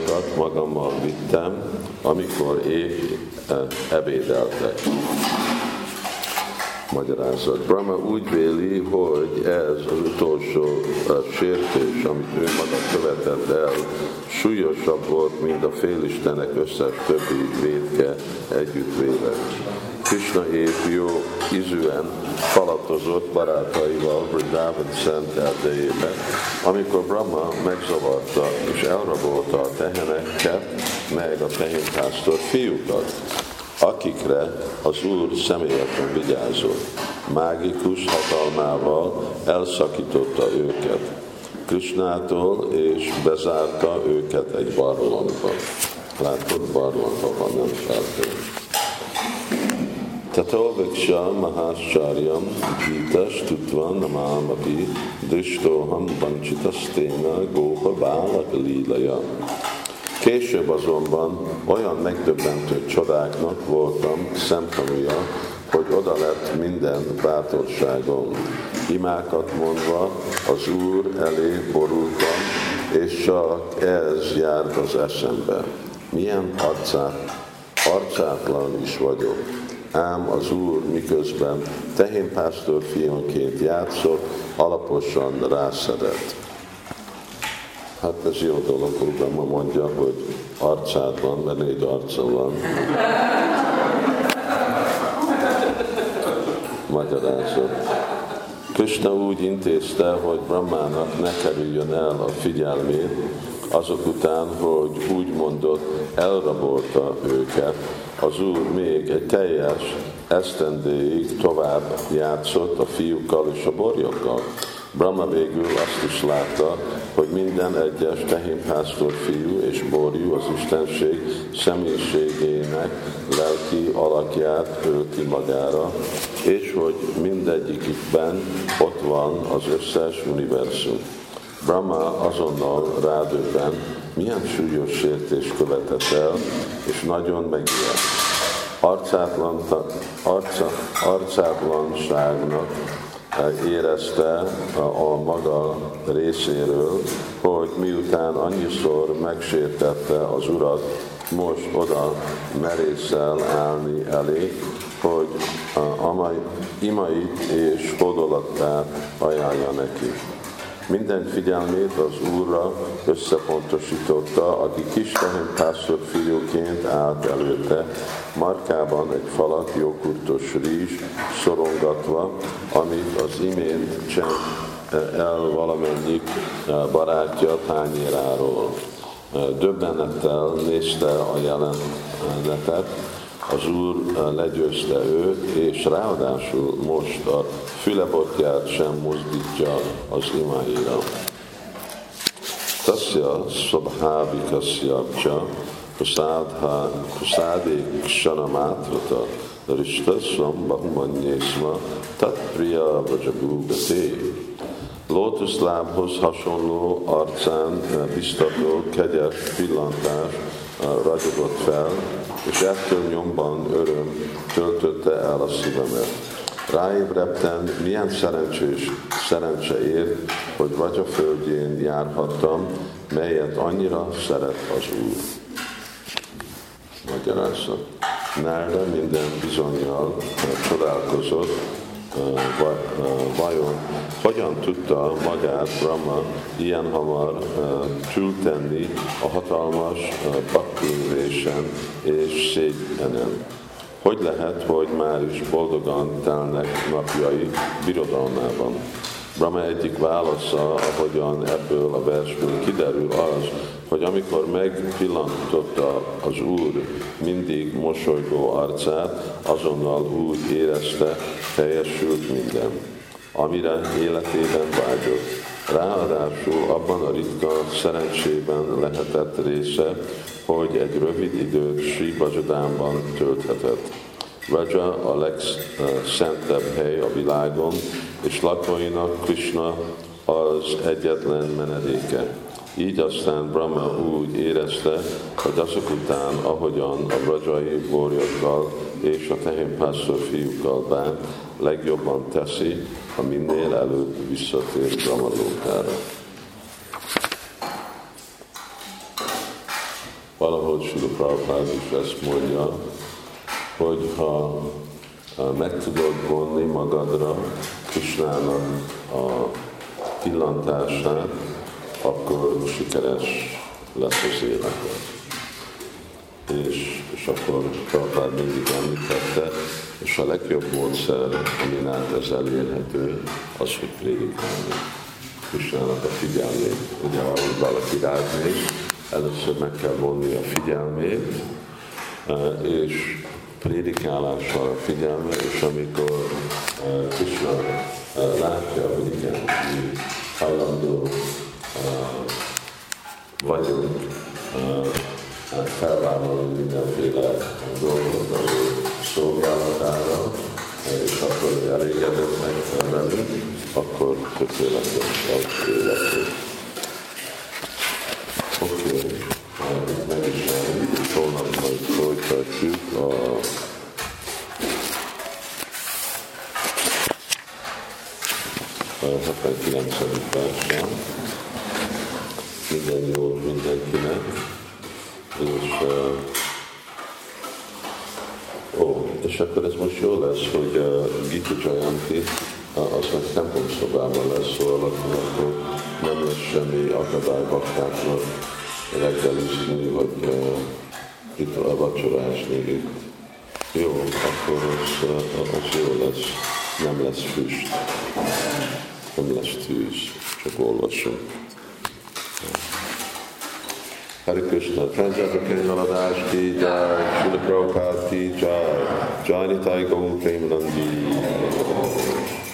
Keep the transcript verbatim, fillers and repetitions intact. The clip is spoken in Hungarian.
borjukat magammal vittem, amikor épp ebédeltek. Magyarázat. Brahma úgy véli, hogy ez az utolsó sértés, amit ő maga követett el, súlyosabb volt, mint a félistenek összes többi vétke együttvéve. Krishna épp jó ízűen falatozott barátaival Vrindavan szent erdejébe, amikor Brahma megzavarta és elrabolta a teheneket, meg a tehénpásztor fiúkat, akikre az Úr személyesen vigyázott. Mágikus hatalmával elszakította őket Krishnától, és bezárta őket egy barlangba. Látod, barlangba van, nem feltétlenül. Tato viksha mahascháryam gítas tutva namámapi drishtoham vanchitasténa gópa bálak lílaja. Később azonban olyan megdöbbentő csodáknak voltam szemtanúja, hogy oda lett minden bátorságom. Imákat mondva az Úr elé borultam, és csak ez járt az eszembe. Milyen arcát, arcátlan is vagyok. Ám az Úr miközben tehénpásztor fiúnként játszott, alaposan rászedett. Hát ez jó dolog, hogy Brahma mondja, hogy arcád van, mert négy arca van. Magyarázat. Krishna úgy intézte, hogy Brahmának ne kerüljön el a figyelmét, azok után, hogy úgy mondott, elrabolta őket. Az Úr még egy teljes esztendéig tovább játszott a fiúkkal és a borjokkal. Brahma végül azt is látta, hogy minden egyes tehénpásztor fiú és borjú az Istenség személyiségének lelki alakját ölti magára, és hogy mindegyikükben ott van az összes univerzum. Brahma azonnal rádöbben, milyen súlyos sértés követett el, és nagyon megijedt. Arcátlan, arca, arcátlanságnak érezte a maga részéről, hogy miután annyiszor megsértette az Urat, most oda merészel állni elé, hogy a imait és hódolatát ajánlja neki. Minden figyelmét az Úrra összepontosította, aki kis tehénpásztor fiúként állt előtte, markában egy falat joghurtos rizs szorongatva, amit az imént csend el valamennyi barátja tányéráról. Döbbenettel nézte a jelenetet, az Úr legyőzte őt, és ráadásul most a fülebotját sem mozdítja az imáira. Tasya szabhávikasya csa kuszádék sanamátrata rishtasvam bahumanyészma tatpriya vajabúgaté. Lótuszlábhoz hasonló arcán biztató kegyes pillantás ragyogott fel, és ettől nyomban öröm töltötte el a szívemet. Ráébredtem, milyen szerencsés szerencse ért, hogy Vraja földjén járhattam, melyet annyira szeret az Úr. Magyarázat. Nárda minden bizonnyal csodálkozott, vajon hogyan tudta magát Brahma ilyen hamar túltenni a hatalmas baktiülésen és szégyenen. Hogy lehet, hogy már is boldogan telnek napjai birodalmában? Brahma egyik válasza, ahogyan ebből a versből kiderül az, hogy amikor megpillantotta az Úr mindig mosolygó arcát, azonnal úgy érezte, teljesült minden, amire életében vágyott. Ráadásul abban a ritka szerencsében lehetett része, hogy egy rövid időt Sri Bajadánban tölthetett. Vraja a legszentebb hely a világon, és lakóinak Krishna az egyetlen menedéke. Így aztán Brahma úgy érezte, hogy azok után, ahogyan a vrajai borjokkal és a tehénpásztor fiúkkal bán, legjobban teszi, ha minél előbb visszatér Brahma lókára. valahogy Srila Prabhupád is ezt mondja, hogy ha meg tudod vonni magadra Krisnának a pillantását, akkor sikeres lesz az életed. És, és akkor Prabhupád mindig említette, és a legjobb módszer, amin át ez elérhető, az, hogy prédikálni. Krisnának a figyelmét. Ugye, ahogy valaki rád néz, először meg kell vonni a figyelmét, és prédikálással a figyelme, és amikor Krishna látja, hogy igen, mi hajlandó vagyunk felvállalni mindenféle dolgot az ő szolgálatára, és akkor elégedettek velünk, akkor tökéletes az életünk. Oké, okay. Itt meg is van, és holnap majd folytatjuk a hetvenkilencedik versen. Minden jó mindenkinek, és uh, ó, és akkor ez most jó lesz, hogy uh, Gita Jayanti uh, az meg templomszobában lesz, szóval akkor nem lesz semmi akadály baktáknak reggelizni, vagy uh, itt a vacsorázni. Jó, akkor az, uh, az jó lesz, nem lesz füst, nem lesz tűz, csak olvasunk. Hare Krishna, Translate Kenaladás ki jai, Srila Prabhupada ki jai, Jai Nitai Gaur Premanandi.